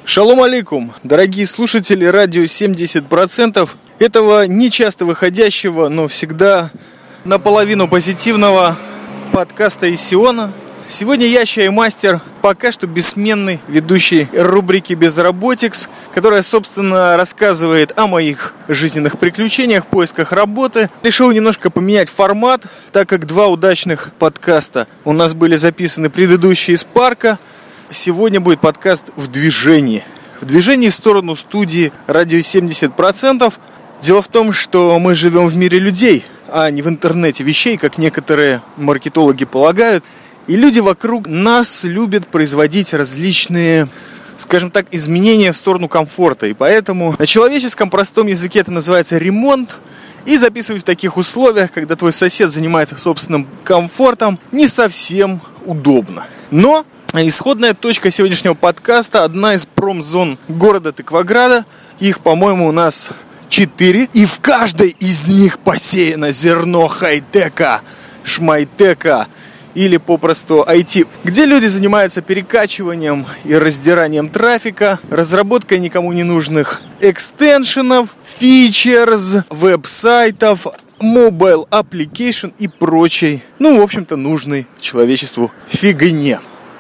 Шалом алейкум, дорогие слушатели радио 70%, этого нечасто выходящего, но всегда наполовину позитивного подкаста из Сиона. Сегодня я, чаймастер, пока что бессменный ведущий рубрики «Безработикс», которая, собственно, рассказывает о моих жизненных приключениях, поисках работы. Решил немножко поменять формат, так как два удачных подкаста у нас были записаны предыдущие из парка. Сегодня будет подкаст в движении. В движении в сторону студии радио 70%. Дело в том, что мы живем в мире людей, а не в интернете вещей, как некоторые маркетологи полагают. И люди вокруг нас любят производить различные, скажем так, изменения в сторону комфорта. И поэтому на человеческом простом языке это называется ремонт. И записывать в таких условиях, когда твой сосед занимается собственным комфортом, не совсем удобно. Но исходная точка сегодняшнего подкаста – одна из промзон города Тыкваграда. Их, по-моему, у нас 4. И в каждой из них посеяно зерно хай-тека, шмайтека или попросту IT, где люди занимаются перекачиванием и раздиранием трафика, разработкой никому не нужных экстеншенов, фичерс, веб-сайтов, mobile application и прочей, в общем-то, нужной человечеству фигне.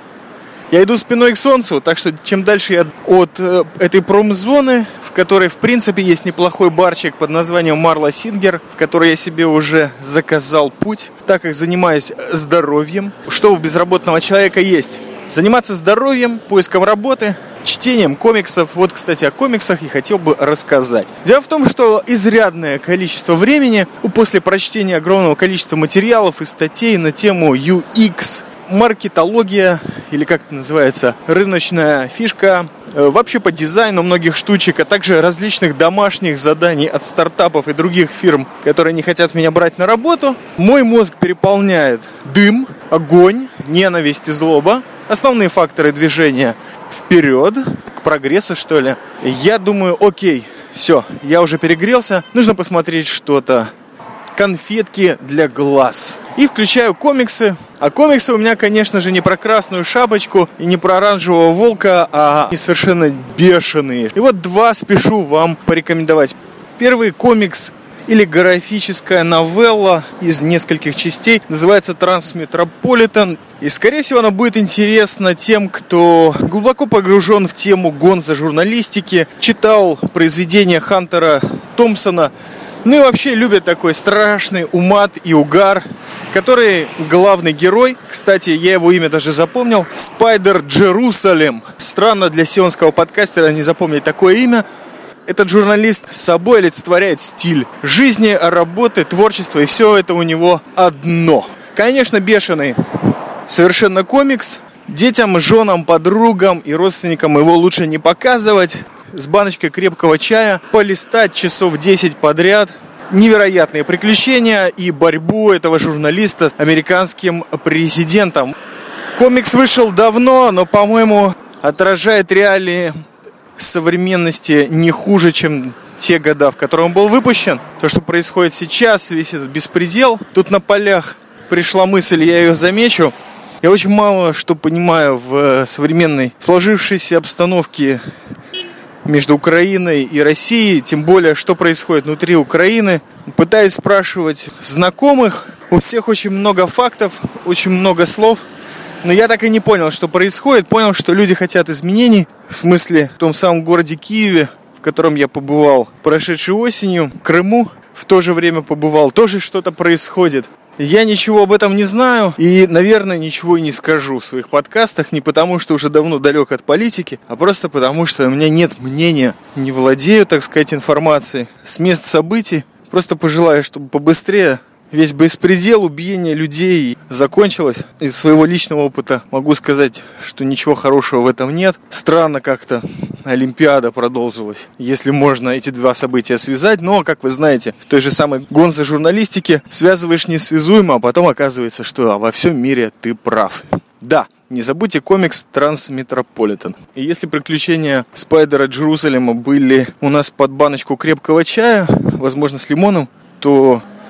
Я иду спиной к солнцу, так что чем дальше я от этой промзоны, в которой, в принципе, есть неплохой барчик под названием Марла Сингер, в который я себе уже заказал путь, так как занимаюсь здоровьем. Что у безработного человека есть? Заниматься здоровьем, поиском работы, чтением комиксов. Вот, кстати, о комиксах я хотел бы рассказать. Дело в том, что изрядное количество времени после прочтения огромного количества материалов и статей на тему UX, маркетология, или как это называется, рыночная фишка, вообще по дизайну многих штучек, а также различных домашних заданий от стартапов и других фирм, которые не хотят меня брать на работу, мой мозг переполняет дым, огонь, ненависть и злоба. Основные факторы движения вперед, к прогрессу, что ли. Я думаю, окей, все, я уже перегрелся, нужно посмотреть что-то. Конфетки для глаз. И включаю комиксы. А комиксы у меня, конечно же, не про красную шапочку и не про оранжевого волка, а они совершенно бешеные. И вот два спешу вам порекомендовать. Первый комикс или графическая новелла из нескольких частей называется «Трансметрополитен». И, скорее всего, она будет интересна тем, кто глубоко погружен в тему гонзо-журналистики, читал произведения Хантера Томпсона, и вообще любят такой страшный умат и угар, который главный герой, кстати, я его имя даже запомнил, Спайдер Джерусалем. Странно для сионского подкастера не запомнить такое имя. Этот журналист с собой олицетворяет стиль жизни, работы, творчества, и все это у него одно. Конечно, бешеный совершенно комикс. Детям, женам, подругам и родственникам его лучше не показывать. С баночкой крепкого чая, полистать часов 10 подряд. Невероятные приключения и борьбу этого журналиста с американским президентом. Комикс вышел давно, но, по-моему, отражает реалии современности не хуже, чем те года, в которые он был выпущен. То, что происходит сейчас, весь этот беспредел. Тут на полях пришла мысль, я ее замечу. Я очень мало что понимаю в современной сложившейся обстановке между Украиной и Россией, тем более, что происходит внутри Украины. Пытаюсь спрашивать знакомых, у всех очень много фактов, очень много слов, но я так и не понял, что происходит. Понял, что люди хотят изменений, в смысле, в том самом городе Киеве, в котором я побывал прошедшей осенью, в Крыму в то же время побывал, тоже что-то происходит. Я ничего об этом не знаю и, наверное, ничего и не скажу в своих подкастах, не потому, что уже давно далек от политики, а просто потому, что у меня нет мнения, не владею, так сказать, информацией с мест событий. Просто пожелаю, чтобы побыстрее весь беспредел, убиение людей закончилось. Из своего личного опыта могу сказать, что ничего хорошего в этом нет. Странно как-то Олимпиада продолжилась, если можно эти два события связать. Но, как вы знаете, в той же самой гонзо-журналистике связываешь несвязуемо, а потом оказывается, что во всем мире ты прав. Да, не забудьте комикс «Трансметрополитен». И если приключения Спайдера Джерусалема были у нас под баночку крепкого чая, возможно, с лимоном, то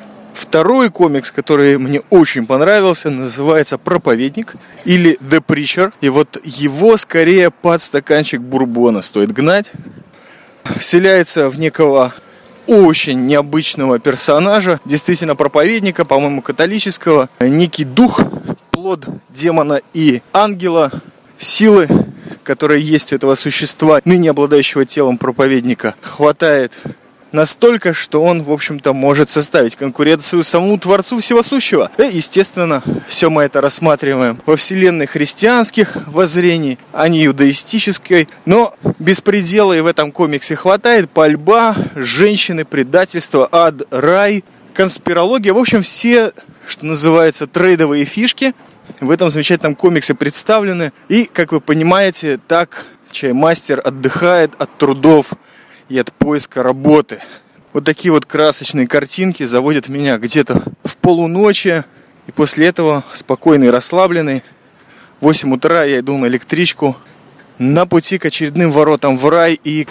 Второй комикс, который мне очень понравился, называется «Проповедник» или «The Preacher». И вот его скорее под стаканчик бурбона стоит гнать. Вселяется в некого очень необычного персонажа, действительно проповедника, по-моему, католического. Некий дух, плод демона и ангела, силы, которая есть у этого существа, ныне обладающего телом проповедника, хватает настолько, что он, в общем-то, может составить конкуренцию самому Творцу Всего Сущего. И, естественно, все мы это рассматриваем во вселенной христианских воззрений, а не иудаистической. Но беспредела и в этом комиксе хватает. Пальба, женщины, предательство, ад, рай, конспирология. В общем, все, что называется, трейдовые фишки в этом замечательном комиксе представлены. И, как вы понимаете, так Чаймастер отдыхает от трудов и от поиска работы. Вот такие вот красочные картинки заводят меня где-то в полуночи. И после этого, спокойный и расслабленный, в 8 утра я иду на электричку на пути к очередным воротам в рай. И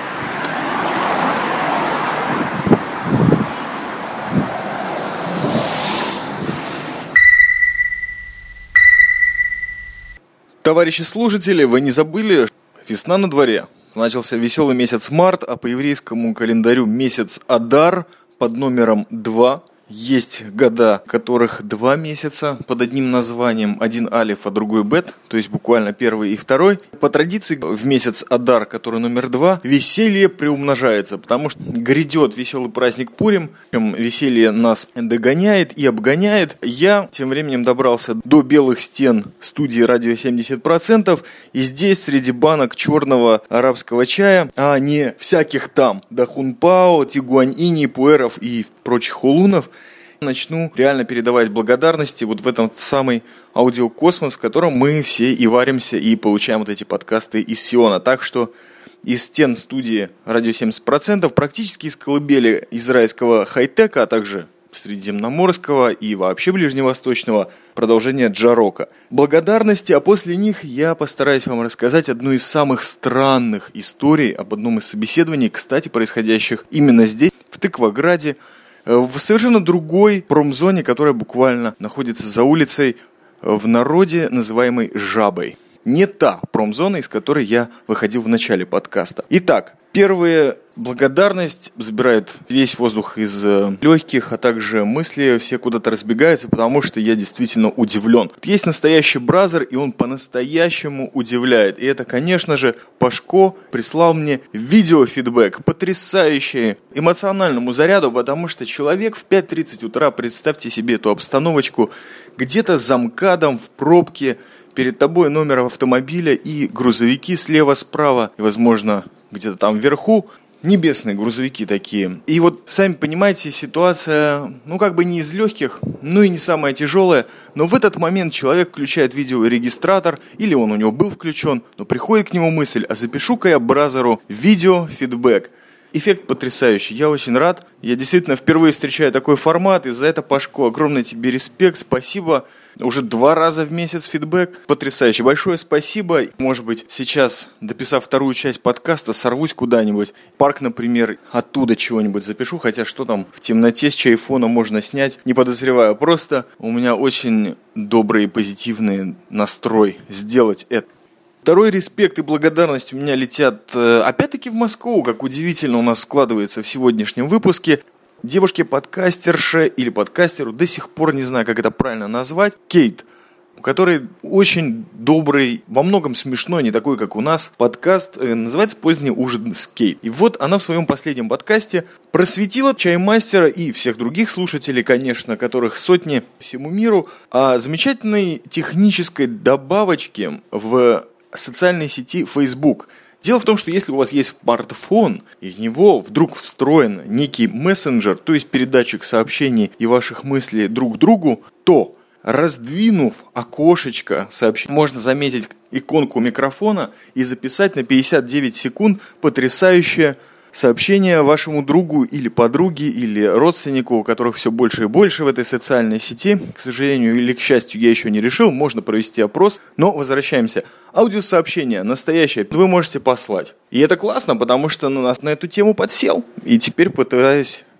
товарищи слушатели, вы не забыли, весна на дворе. Начался веселый месяц март, а по еврейскому календарю месяц Адар под номером 2. Есть года, которых 2 месяца под одним названием, один алиф, а другой бет, то есть буквально первый и второй. По традиции в месяц Адар, который номер 2, веселье приумножается, потому что грядет веселый праздник Пурим, веселье нас догоняет и обгоняет. Я тем временем добрался до белых стен студии «Радио 70%», и здесь среди банок черного арабского чая, а не всяких там Дахунпао, Тигуаньини, Пуэров и прочих хулунов, начну реально передавать благодарности вот в этом самый аудиокосмос, в котором мы все и варимся, и получаем вот эти подкасты из Сиона. Так что из стен студии «Радио 70%» практически из колыбели израильского хай-тека, а также средиземноморского и вообще ближневосточного продолжения Джарока. Благодарности, а после них я постараюсь вам рассказать одну из самых странных историй об одном из собеседований, кстати, происходящих именно здесь, в Тыкваграде, в совершенно другой промзоне, которая буквально находится за улицей, в народе называемой Жабой. Не та промзона, из которой я выходил в начале подкаста. Итак, первая благодарность забирает весь воздух из легких, а также мысли все куда-то разбегаются, потому что я действительно удивлен. Есть настоящий бразер, и он по-настоящему удивляет. И это, конечно же, Пашко прислал мне видеофидбэк, потрясающий эмоциональному заряду, потому что человек в 5:30 утра, представьте себе эту обстановочку, где-то за МКАДом в пробке, перед тобой номер автомобиля и грузовики слева-справа, и, возможно, где-то там вверху, небесные грузовики такие. И вот, сами понимаете, ситуация, как бы не из легких, и не самая тяжелая, но в этот момент человек включает видеорегистратор, или он у него был включен, но приходит к нему мысль, а запишу-ка я бразеру видеофидбэк. Эффект потрясающий, я очень рад, я действительно впервые встречаю такой формат, и за это, Пашко, огромный тебе респект, спасибо. Уже 2 раза в месяц фидбэк. Потрясающе. Большое спасибо. Может быть, сейчас, дописав вторую часть подкаста, сорвусь куда-нибудь. Парк, например, оттуда чего-нибудь запишу. Хотя что там в темноте с чайфона можно снять, не подозреваю. Просто у меня очень добрый и позитивный настрой сделать это. Второй респект и благодарность у меня летят опять-таки в Москву. Как удивительно у нас складывается в сегодняшнем выпуске. Девушке-подкастерше или подкастеру, до сих пор не знаю, как это правильно назвать, Кейт, у которой очень добрый, во многом смешной, не такой, как у нас, подкаст, называется «Поздний ужин с Кейт». И вот она в своем последнем подкасте просветила Чаймастера и всех других слушателей, конечно, которых сотни всему миру, о замечательной технической добавочке в социальной сети Facebook. Дело в том, что если у вас есть смартфон, и в него вдруг встроен некий мессенджер, то есть передатчик сообщений и ваших мыслей друг другу, то, раздвинув окошечко сообщений, можно заметить иконку микрофона и записать на 59 секунд потрясающее сообщение вашему другу или подруге, или родственнику, у которых все больше и больше в этой социальной сети. К сожалению или к счастью, я еще не решил, можно провести опрос, но возвращаемся. Аудиосообщение настоящее вы можете послать. И это классно, потому что на эту тему подсел. И теперь пытаюсь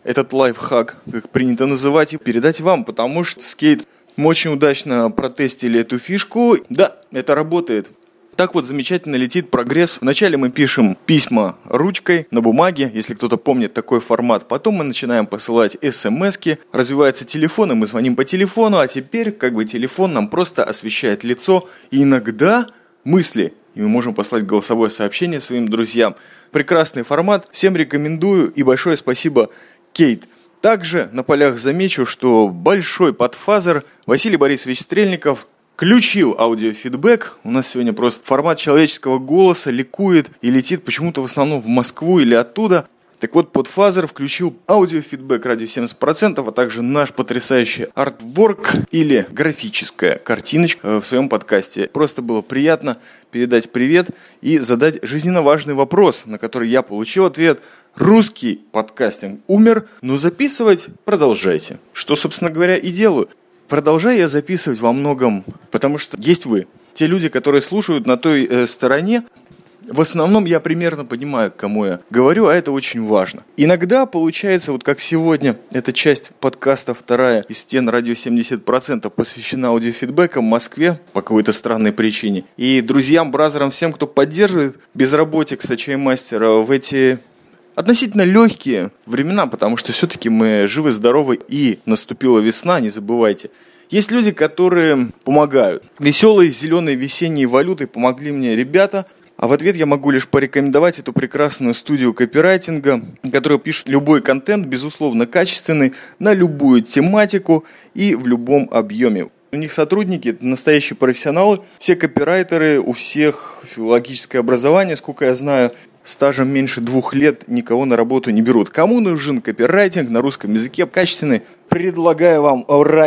этот лайфхак, как принято называть, и передать вам, потому что Skate мы очень удачно протестили эту фишку. Да, это работает. Так вот замечательно летит прогресс. Вначале мы пишем письма ручкой на бумаге, если кто-то помнит такой формат. Потом мы начинаем посылать смс-ки. Развивается телефон, и мы звоним по телефону. А теперь телефон нам просто освещает лицо. И иногда мысли. И мы можем послать голосовое сообщение своим друзьям. Прекрасный формат. Всем рекомендую. И большое спасибо, Кейт. Также на полях замечу, что большой подфазер Василий Борисович Стрельников включил аудиофидбэк. У нас сегодня просто формат человеческого голоса ликует и летит почему-то в основном в Москву или оттуда. Так вот, подфазер включил аудиофидбэк радио 70%, а также наш потрясающий артворк или графическая картиночка в своем подкасте. Просто было приятно передать привет и задать жизненно важный вопрос, на который я получил ответ. Русский подкастинг умер, но записывать продолжайте. Что, собственно говоря, и делаю. Продолжаю я записывать во многом, потому что есть вы. Те люди, которые слушают на той стороне, в основном я примерно понимаю, к кому я говорю, а это очень важно. Иногда получается, вот как сегодня, эта часть подкаста вторая из стен радио 70% посвящена аудиофидбэкам в Москве по какой-то странной причине. И друзьям, бразерам, всем, кто поддерживает безработикса, чаймастера в эти относительно легкие времена, потому что все-таки мы живы-здоровы и наступила весна, не забывайте. Есть люди, которые помогают. Веселые зеленые весенние валюты помогли мне ребята, а в ответ я могу лишь порекомендовать эту прекрасную студию копирайтинга, которая пишет любой контент, безусловно качественный, на любую тематику и в любом объеме. У них сотрудники – настоящие профессионалы, все копирайтеры, у всех филологическое образование, сколько я знаю, стажем меньше 2 лет никого на работу не берут. Кому нужен копирайтинг на русском языке качественный? Предлагаю вам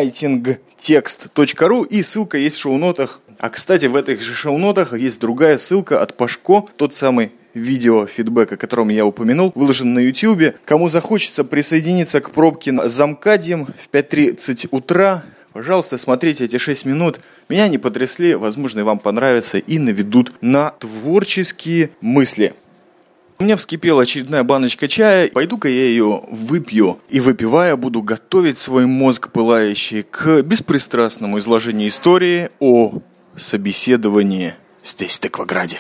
writingtext.ru, и ссылка есть в шоу-нотах. А, кстати, в этих же шоу-нотах есть другая ссылка от Пашко, тот самый видео-фидбэк, о котором я упомянул, выложен на YouTube. Кому захочется присоединиться к пробке за МКАДом в 5:30 утра, пожалуйста, смотрите эти 6 минут. Меня они потрясли, возможно, и вам понравится и наведут на творческие мысли. У меня вскипела очередная баночка чая. Пойду-ка я ее выпью. И выпивая, буду готовить свой мозг пылающий к беспристрастному изложению истории о собеседовании здесь, в Тыкваграде.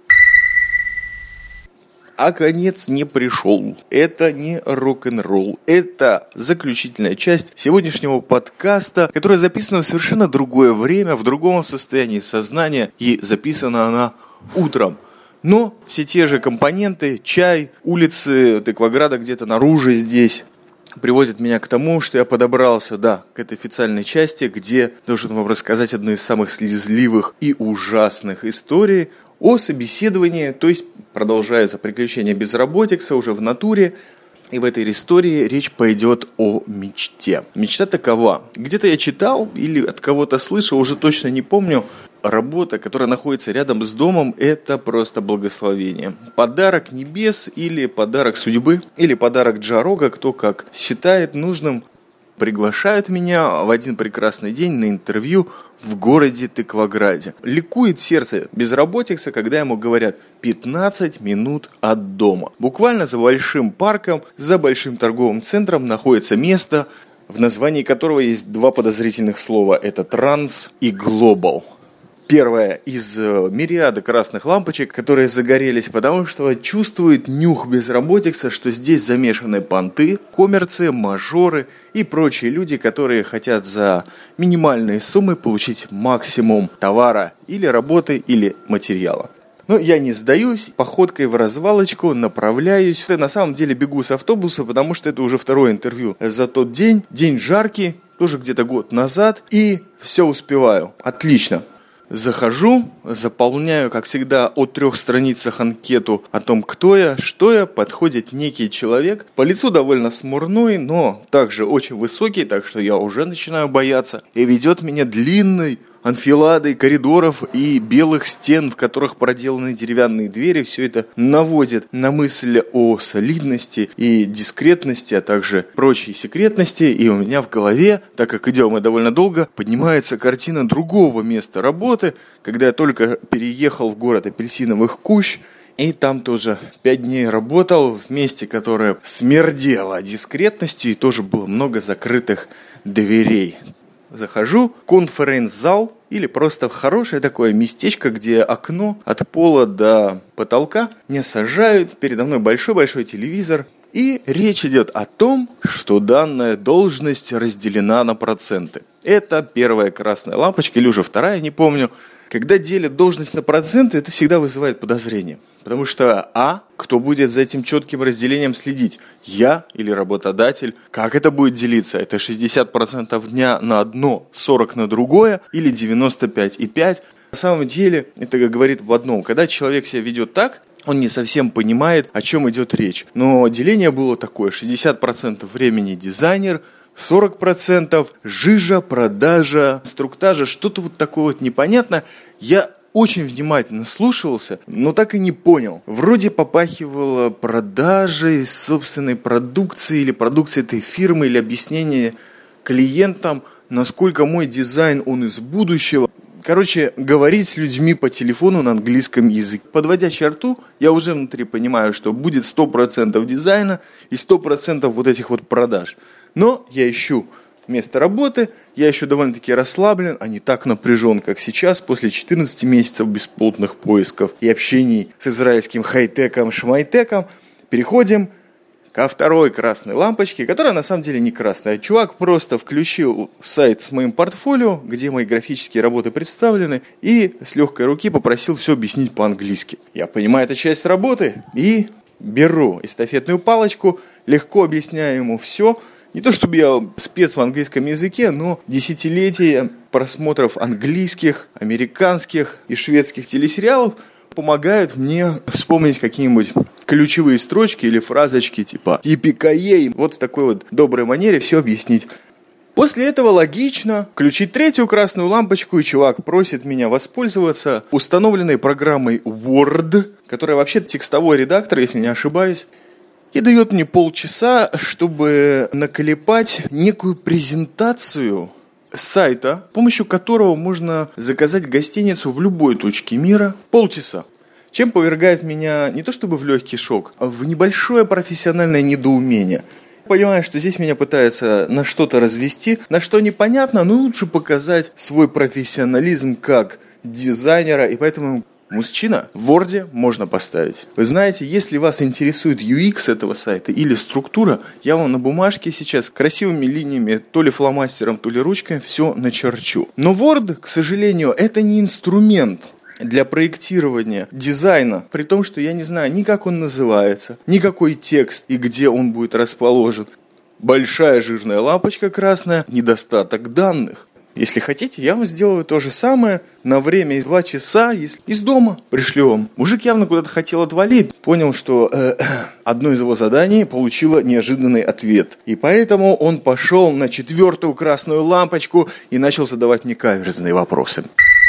А конец не пришел. Это не рок-н-ролл. Это заключительная часть сегодняшнего подкаста, которая записана в совершенно другое время, в другом состоянии сознания. И записана она утром. Но все те же компоненты, чай, улицы Тыкваграда где-то наружу здесь приводят меня к тому, что я подобрался, к этой официальной части, где должен вам рассказать одну из самых слезливых и ужасных историй о собеседовании, то есть продолжается приключение безработицы уже в натуре. И в этой истории речь пойдет о мечте. Мечта такова. Где-то я читал или от кого-то слышал, уже точно не помню. Работа, которая находится рядом с домом, это просто благословение. Подарок небес или подарок судьбы, или подарок Джарога, кто как считает нужным. Приглашают меня в один прекрасный день на интервью в городе Тыкваграде. Ликует сердце безработицы, когда ему говорят 15 минут от дома. Буквально за большим парком, за большим торговым центром находится место, в названии которого есть 2 подозрительных слова. Это транс и глобал. Первая из мириады красных лампочек, которые загорелись, потому что чувствует нюх безработицы, что здесь замешаны понты, коммерции, мажоры и прочие люди, которые хотят за минимальные суммы получить максимум товара или работы, или материала. Но я не сдаюсь, походкой в развалочку направляюсь. Я на самом деле бегу с автобуса, потому что это уже второе интервью за тот день. День жаркий, тоже где-то год назад, и все успеваю. Отлично. Захожу, заполняю, как всегда, о 3 страницах анкету о том, кто я, что я. Подходит некий человек, по лицу довольно смурной, но также очень высокий, так что я уже начинаю бояться. И ведет меня длинной анфиладой коридоров и белых стен, в которых проделаны деревянные двери. Все это наводит на мысль о солидности и дискретности, а также прочей секретности. И у меня в голове, так как идем мы довольно долго, поднимается картина другого места работы, когда я только переехал в город апельсиновых кущ, И там тоже 5 дней работал в месте, которое смердело дискретностью, и тоже было много закрытых дверей. Захожу в конференц-зал или просто в хорошее такое местечко, где окно от пола до потолка. Меня сажают, передо мной большой-большой телевизор. И речь идет о том, что данная должность разделена на проценты. Это первая красная лампочка, или уже вторая, не помню. Когда делят должность на проценты, это всегда вызывает подозрение. Потому что, кто будет за этим четким разделением следить? Я или работодатель? Как это будет делиться? Это 60% дня на одно, 40% на другое или 95,5%? На самом деле, это говорит об одном. Когда человек себя ведет так, он не совсем понимает, о чем идет речь. Но деление было такое: 60% времени дизайнер, 40% жижа, продажа, инструктажа, что-то вот такое вот непонятно. Я очень внимательно слушался, но так и не понял. Вроде попахивало продажей собственной продукции или продукции этой фирмы, или объяснение клиентам, насколько мой дизайн, он из будущего. Короче, говорить с людьми по телефону на английском языке. Подводя черту, я уже внутри понимаю, что будет 100% дизайна и 100% вот этих вот продаж. Но я ищу место работы, я еще довольно-таки расслаблен, а не так напряжен, как сейчас, после 14 месяцев бесплодных поисков и общений с израильским хай-теком, шмай-теком. Переходим ко второй красной лампочке, которая на самом деле не красная. Чувак просто включил сайт с моим портфолио, где мои графические работы представлены, и с легкой руки попросил все объяснить по-английски. Я понимаю, это часть работы, и беру эстафетную палочку, легко объясняю ему все. Не то чтобы я спец в английском языке, но десятилетия просмотров английских, американских и шведских телесериалов помогают мне вспомнить какие-нибудь ключевые строчки или фразочки типа «Епикае», вот в такой вот доброй манере все объяснить. После этого логично включить третью красную лампочку, и чувак просит меня воспользоваться установленной программой Word, которая вообще текстовой редактор, если не ошибаюсь, и дает мне полчаса, чтобы наклепать некую презентацию сайта, с помощью которого можно заказать гостиницу в любой точке мира. Полчаса. Чем повергает меня не то чтобы в легкий шок, а в небольшое профессиональное недоумение. Понимаю, что здесь меня пытаются на что-то развести, на что непонятно, но лучше показать свой профессионализм как дизайнера, и поэтому мужчина в Word можно поставить. Вы знаете, если вас интересует UX этого сайта или структура, я вам на бумажке сейчас красивыми линиями, то ли фломастером, то ли ручкой, все начерчу. Но Word, к сожалению, это не инструмент для проектирования дизайна, при том, что я не знаю ни как он называется, ни какой текст и где он будет расположен. Большая жирная лампочка красная, недостаток данных. Если хотите, я вам сделаю то же самое на время 2 часа, если из дома пришлю вам. Мужик явно куда-то хотел отвалить, понял, что одно из его заданий получило неожиданный ответ. И поэтому он пошел на 4-ю красную лампочку и начал задавать мне каверзные вопросы.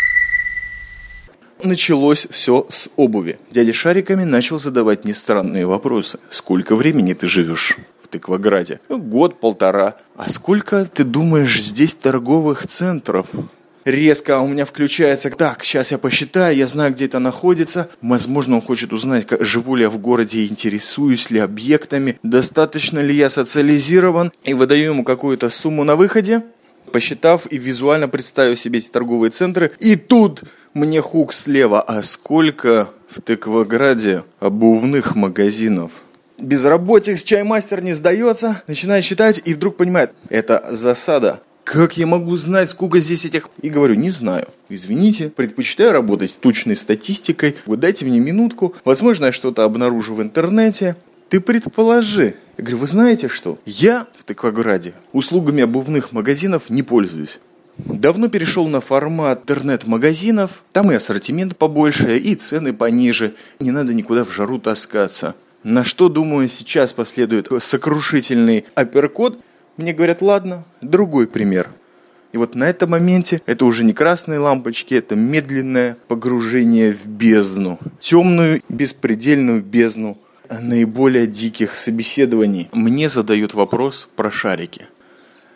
Началось все с обуви. Дядя шариками начал задавать мне странные вопросы. Сколько времени ты живешь в Тыкваграде? 1-1.5. А сколько, ты думаешь, здесь торговых центров? Резко у меня включается: так, сейчас я посчитаю, я знаю, где это находится. Возможно, он хочет узнать, живу ли я в городе, интересуюсь ли объектами, достаточно ли я социализирован. И выдаю ему какую-то сумму на выходе, посчитав и визуально представив себе эти торговые центры. И тут мне хук слева: а сколько в Тыкваграде обувных магазинов? Безработиц чаймастер не сдается, начинает считать и вдруг понимает: это засада. Как я могу знать, сколько здесь этих? И говорю: не знаю. Извините, предпочитаю работать с точной статистикой. Вы дайте мне минутку. Возможно, я что-то обнаружу в интернете. Ты предположи. Я говорю: вы знаете что? Я в Тыкваграде услугами обувных магазинов не пользуюсь. Давно перешел на формат интернет-магазинов. Там и ассортимент побольше, и цены пониже. Не надо никуда в жару таскаться. На что, думаю, сейчас последует сокрушительный апперкот. Мне говорят: ладно, другой пример. И вот на этом моменте это уже не красные лампочки, это медленное погружение в бездну. Темную, беспредельную бездну наиболее диких собеседований. Мне задают вопрос про шарики.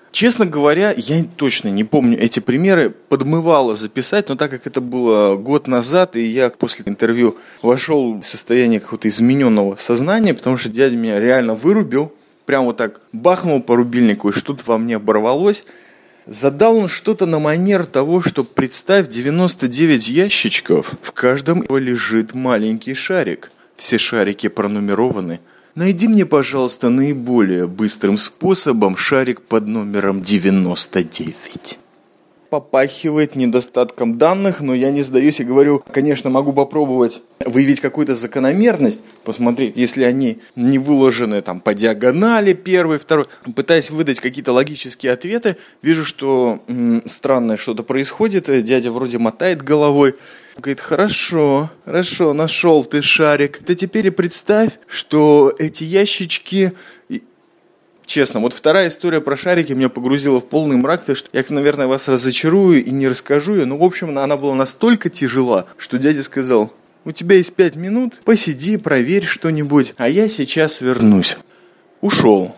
Честно говоря, я точно не помню эти примеры, подмывало записать, но так как это было год назад, и я после интервью вошел в состояние какого-то измененного сознания, потому что дядя меня реально вырубил, прям вот так бахнул по рубильнику, и что-то во мне оборвалось. Задал он что-то на манер того, что представь 99 ящичков, в каждом лежит маленький шарик. Все шарики пронумерованы. Найди мне, пожалуйста, наиболее быстрым способом шарик под номером 99. Попахивает недостатком данных, но я не сдаюсь и говорю, конечно, могу попробовать выявить какую-то закономерность, посмотреть, если они не выложены там по диагонали, первый, второй, пытаясь выдать какие-то логические ответы, вижу, что странное что-то происходит, дядя вроде мотает головой, говорит, хорошо, нашел ты шарик, ты теперь и представь, что эти ящички... Честно, вот вторая история про шарики меня погрузила в полный мрак, так что я, наверное, вас разочарую и не расскажу ее. Но, в общем, она была настолько тяжела, что дядя сказал, у тебя есть 5 минут, посиди, проверь что-нибудь, а я сейчас вернусь. Ушел.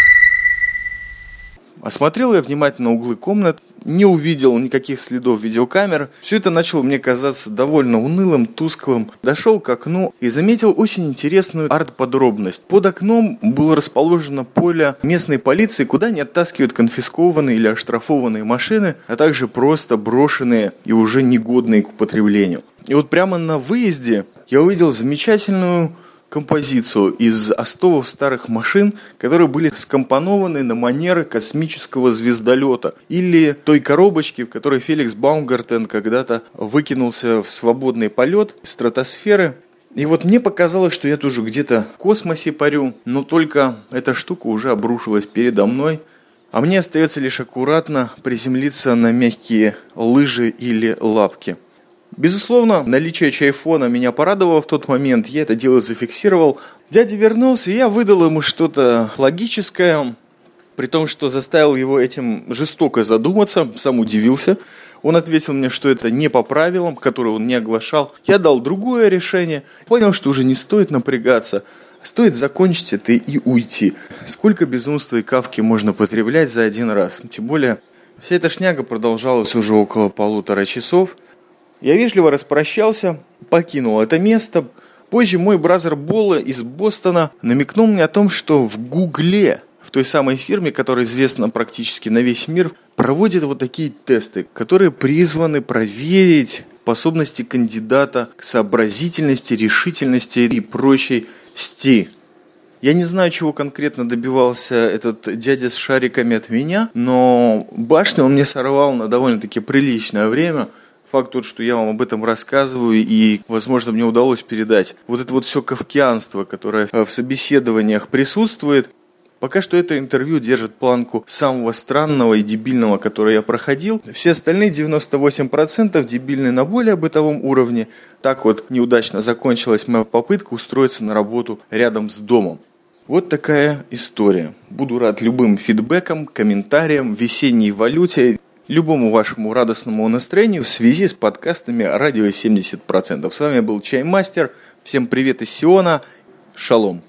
Осмотрел я внимательно углы комнат, не увидел никаких следов видеокамер. Все это начало мне казаться довольно унылым, тусклым. Дошел к окну и заметил очень интересную арт-подробность. Под окном было расположено поле местной полиции, куда не оттаскивают конфискованные или оштрафованные машины, а также просто брошенные и уже негодные к употреблению. И вот прямо на выезде я увидел замечательную композицию из остовов старых машин, которые были скомпонованы на манер космического звездолета или той коробочки, в которой Феликс Баумгартен когда-то выкинулся в свободный полет стратосферы. И вот мне показалось, что я тоже где-то в космосе парю, но только эта штука уже обрушилась передо мной, а мне остается лишь аккуратно приземлиться на мягкие лыжи или лапки. Безусловно, наличие чайфона меня порадовало в тот момент, я это дело зафиксировал. Дядя вернулся, и я выдал ему что-то логическое, при том, что заставил его этим жестоко задуматься, сам удивился. Он ответил мне, что это не по правилам, которые он не оглашал. Я дал другое решение, понял, что уже не стоит напрягаться, стоит закончить это и уйти. Сколько безумства и кавки можно потреблять за один раз? Тем более, вся эта шняга продолжалась уже около 1,5 часа. Я вежливо распрощался, покинул это место. Позже мой бразер Бола из Бостона намекнул мне о том, что в Гугле, в той самой фирме, которая известна практически на весь мир, проводят вот такие тесты, которые призваны проверить способности кандидата к сообразительности, решительности и прочей сти. Я не знаю, чего конкретно добивался этот дядя с шариками от меня, но башню он мне сорвал на довольно-таки приличное время. Факт тот, что я вам об этом рассказываю, и, возможно, мне удалось передать вот это вот все кафкианство, которое в собеседованиях присутствует. Пока что это интервью держит планку самого странного и дебильного, которое я проходил. Все остальные 98% дебильны на более бытовом уровне. Так вот неудачно закончилась моя попытка устроиться на работу рядом с домом. Вот такая история. Буду рад любым фидбэкам, комментариям, весенней валюте, любому вашему радостному настроению в связи с подкастами «Радио 70%». С вами был Чаймастер. Всем привет из Сиона. Шалом.